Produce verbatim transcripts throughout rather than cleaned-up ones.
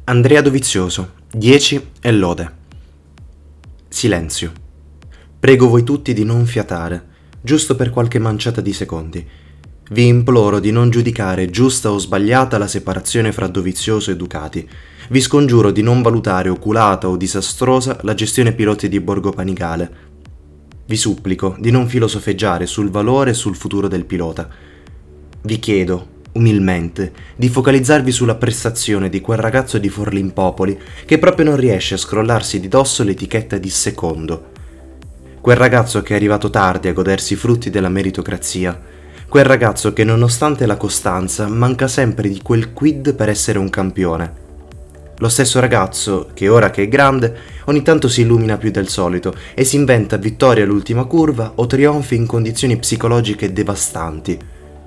Andrea Dovizioso, dieci e lode. Silenzio. Prego voi tutti di non fiatare, giusto per qualche manciata di secondi. Vi imploro di non giudicare giusta o sbagliata la separazione fra Dovizioso e Ducati. Vi scongiuro di non valutare oculata o disastrosa la gestione piloti di Borgo Panigale. Vi supplico di non filosofeggiare sul valore e sul futuro del pilota. Vi chiedo, umilmente, di focalizzarvi sulla prestazione di quel ragazzo di Forlimpopoli che proprio non riesce a scrollarsi di dosso l'etichetta di secondo. Quel ragazzo che è arrivato tardi a godersi i frutti della meritocrazia. Quel ragazzo che nonostante la costanza manca sempre di quel quid per essere un campione. Lo stesso ragazzo che ora che è grande ogni tanto si illumina più del solito e si inventa vittorie all'ultima curva o trionfi in condizioni psicologiche devastanti.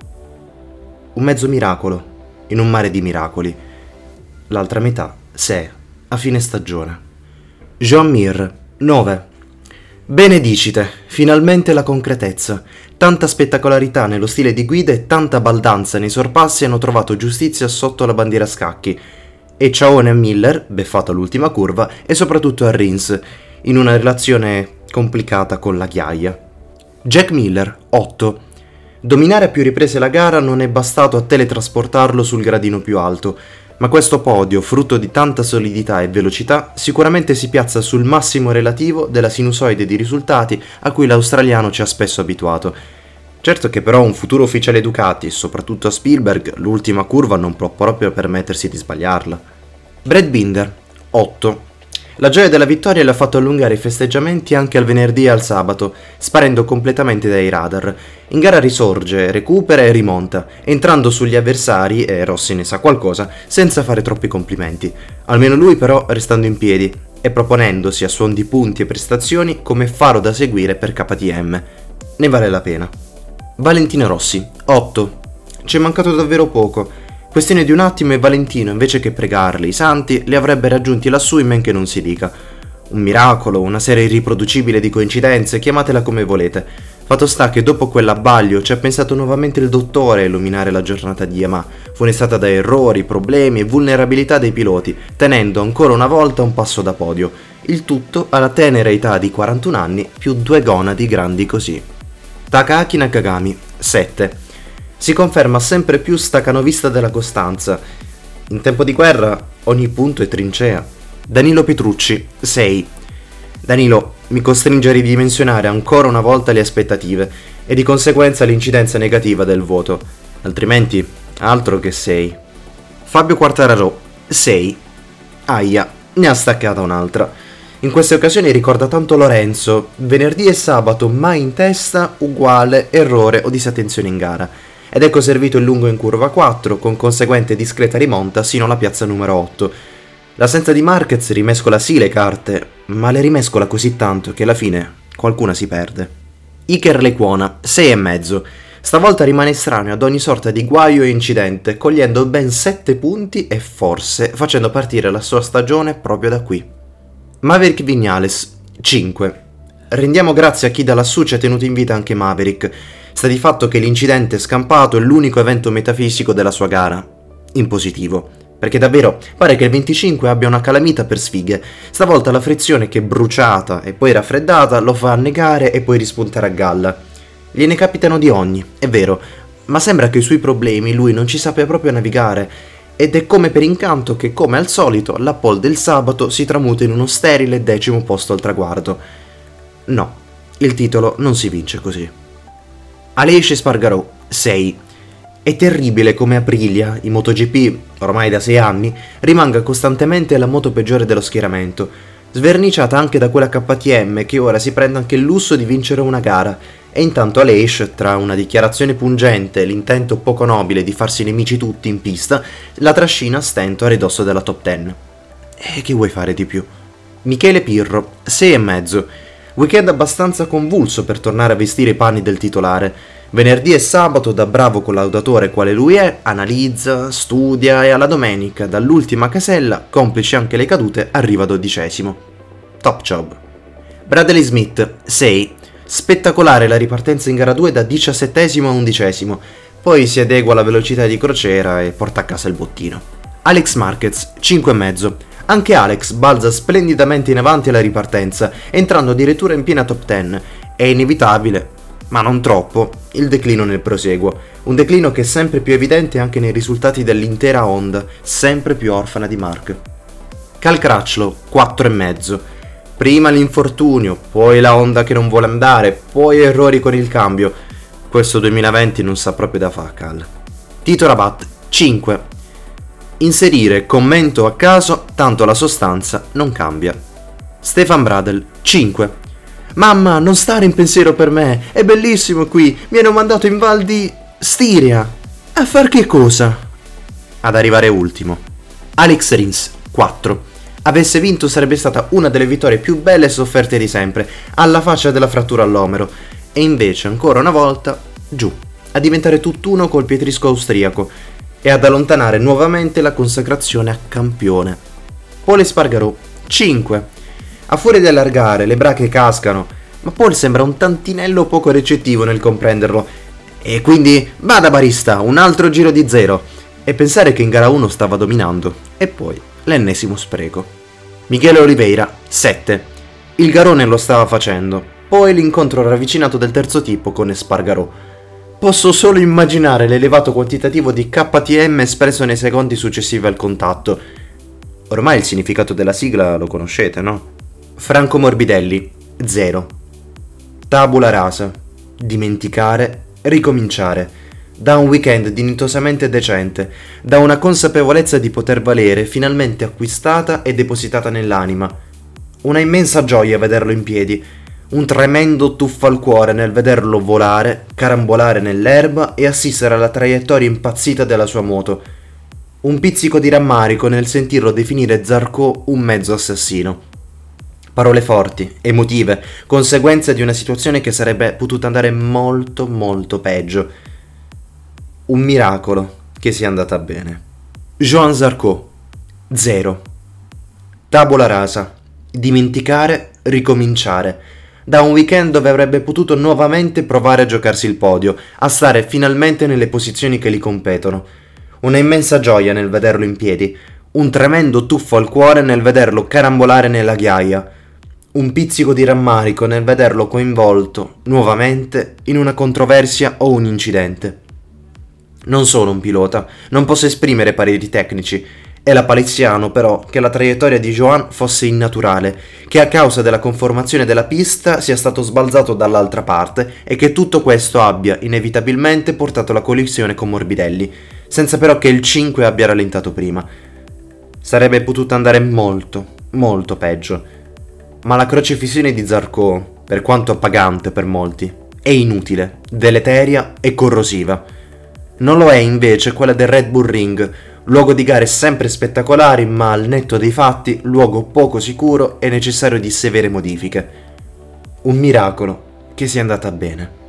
Un mezzo miracolo in un mare di miracoli. L'altra metà se a fine stagione. Joan Mir, nove. Bene dicite, finalmente la concretezza. Tanta spettacolarità nello stile di guida e tanta baldanza nei sorpassi hanno trovato giustizia sotto la bandiera a scacchi. E ciaone a Miller, beffato all'ultima curva, e soprattutto a Rins, in una relazione complicata con la ghiaia. Jack Miller, otto. Dominare a più riprese la gara non è bastato a teletrasportarlo sul gradino più alto, ma questo podio, frutto di tanta solidità e velocità, sicuramente si piazza sul massimo relativo della sinusoide di risultati a cui l'australiano ci ha spesso abituato. Certo che però un futuro ufficiale Ducati, soprattutto a Spielberg, l'ultima curva non può proprio permettersi di sbagliarla. Brad Binder, otto. La gioia della vittoria le ha fatto allungare i festeggiamenti anche al venerdì e al sabato, sparendo completamente dai radar. In gara risorge, recupera e rimonta, entrando sugli avversari, e Rossi ne sa qualcosa, senza fare troppi complimenti. Almeno lui però restando in piedi e proponendosi a suon di punti e prestazioni come faro da seguire per K T M. Ne vale la pena. Valentino Rossi, otto. Ci è mancato davvero poco. Questione di un attimo e Valentino, invece che pregarli i santi, li avrebbe raggiunti lassù in men che non si dica. Un miracolo, una serie irriproducibile di coincidenze, chiamatela come volete. Fatto sta che dopo quell'abbaglio ci ha pensato nuovamente il dottore a illuminare la giornata di Yamaha, funestata da errori, problemi e vulnerabilità dei piloti, tenendo ancora una volta un passo da podio. Il tutto alla tenera età di quarantuno anni, più due gonadi grandi così. Takaaki Nakagami, sette. Si conferma sempre più staccanovista della costanza. In tempo di guerra ogni punto è trincea. Danilo Petrucci, sei. Danilo mi costringe a ridimensionare ancora una volta le aspettative e di conseguenza l'incidenza negativa del voto. Altrimenti altro che sei. Fabio Quartararo, sei. Aia, ne ha staccata un'altra. In queste occasioni ricorda tanto Lorenzo. Venerdì e sabato mai in testa, uguale, errore o disattenzione in gara. Ed ecco servito il lungo in curva quattro, con conseguente discreta rimonta sino alla piazza numero otto. L'assenza di Marquez rimescola sì le carte, ma le rimescola così tanto che alla fine qualcuna si perde. Iker Lecuona, sei e mezzo. Stavolta rimane estraneo ad ogni sorta di guaio e incidente, cogliendo ben sette punti e forse facendo partire la sua stagione proprio da qui. Maverick Viñales, cinque. Rendiamo grazie a chi da lassù ci ha tenuto in vita anche Maverick. Sta di fatto che l'incidente scampato è l'unico evento metafisico della sua gara. In positivo. Perché davvero pare che il venticinque abbia una calamita per sfighe. Stavolta la frizione che bruciata e poi raffreddata lo fa annegare e poi rispuntare a galla. Gliene capitano di ogni, è vero, ma sembra che i suoi problemi lui non ci sappia proprio navigare. Ed è come per incanto che, come al solito, la pole del sabato si tramuta in uno sterile decimo posto al traguardo. No, il titolo non si vince così. Aleix Espargaró, sei. È terribile come Aprilia, in MotoGP, ormai da sei anni, rimanga costantemente la moto peggiore dello schieramento, sverniciata anche da quella K T M che ora si prende anche il lusso di vincere una gara, e intanto Aleix, tra una dichiarazione pungente e l'intento poco nobile di farsi nemici tutti in pista, la trascina a stento a ridosso della top dieci. E che vuoi fare di più? Michele Pirro, sei e mezzo. Weekend abbastanza convulso per tornare a vestire i panni del titolare. Venerdì e sabato, da bravo collaudatore quale lui è, analizza, studia e alla domenica, dall'ultima casella, complici anche le cadute, arriva dodicesimo. Top job. Bradley Smith, sei. Spettacolare la ripartenza in gara due da diciassettesimo a undicesimo, poi si adegua alla velocità di crociera e porta a casa il bottino. Alex Marquez, cinque virgola cinque. Anche Alex balza splendidamente in avanti alla ripartenza, entrando addirittura in piena top dieci. È inevitabile, ma non troppo, il declino nel proseguo. Un declino che è sempre più evidente anche nei risultati dell'intera Honda, sempre più orfana di Mark. Cal Crutchlow, quattro virgola cinque. Prima l'infortunio, poi la Honda che non vuole andare, poi errori con il cambio. Questo duemilaventi non sa proprio da fa, Cal. Tito Rabat, cinque. Inserire commento a caso, tanto la sostanza non cambia. Stefan Bradl, cinque. Mamma, non stare in pensiero per me, è bellissimo qui, mi hanno mandato in Val di Stiria. A far che cosa? Ad arrivare ultimo. Alex Rins, quattro. Avesse vinto sarebbe stata una delle vittorie più belle e sofferte di sempre, alla faccia della frattura all'omero. E invece, ancora una volta, giù, a diventare tutt'uno col pietrisco austriaco e ad allontanare nuovamente la consacrazione a campione. Paul Espargaró, cinque. A furia di allargare, le brache cascano, ma Paul sembra un tantinello poco recettivo nel comprenderlo. E quindi, vada barista, un altro giro di zero. E pensare che in gara uno stava dominando. E poi, l'ennesimo spreco. Michele Oliveira, sette. Il garone lo stava facendo. Poi l'incontro ravvicinato del terzo tipo con Espargaró. Posso solo immaginare l'elevato quantitativo di K T M espresso nei secondi successivi al contatto. Ormai il significato della sigla lo conoscete, no? Franco Morbidelli, zero. Tabula rasa. Dimenticare, ricominciare. Da un weekend dignitosamente decente, da una consapevolezza di poter valere finalmente acquistata e depositata nell'anima. Una immensa gioia vederlo in piedi. Un tremendo tuffo al cuore nel vederlo volare, carambolare nell'erba e assistere alla traiettoria impazzita della sua moto. Un pizzico di rammarico nel sentirlo definire Zarco un mezzo assassino. Parole forti, emotive, conseguenze di una situazione che sarebbe potuta andare molto molto peggio. Un miracolo che sia andata bene. Joan Zarco, zero. Tabula rasa. Dimenticare, ricominciare. Da un weekend dove avrebbe potuto nuovamente provare a giocarsi il podio, a stare finalmente nelle posizioni che gli competono. Una immensa gioia nel vederlo in piedi, un tremendo tuffo al cuore nel vederlo carambolare nella ghiaia, un pizzico di rammarico nel vederlo coinvolto, nuovamente, in una controversia o un incidente. Non sono un pilota, non posso esprimere pareri tecnici. È la paliziano però che la traiettoria di Joan fosse innaturale, che a causa della conformazione della pista sia stato sbalzato dall'altra parte e che tutto questo abbia inevitabilmente portato alla collisione con Morbidelli, senza però che il cinque abbia rallentato prima. Sarebbe potuto andare molto, molto peggio, ma la crocifissione di Zarco, per quanto appagante per molti, è inutile, deleteria e corrosiva. Non lo è invece quella del Red Bull Ring, luogo di gare sempre spettacolari, ma al netto dei fatti, luogo poco sicuro e necessario di severe modifiche. Un miracolo che sia andata bene.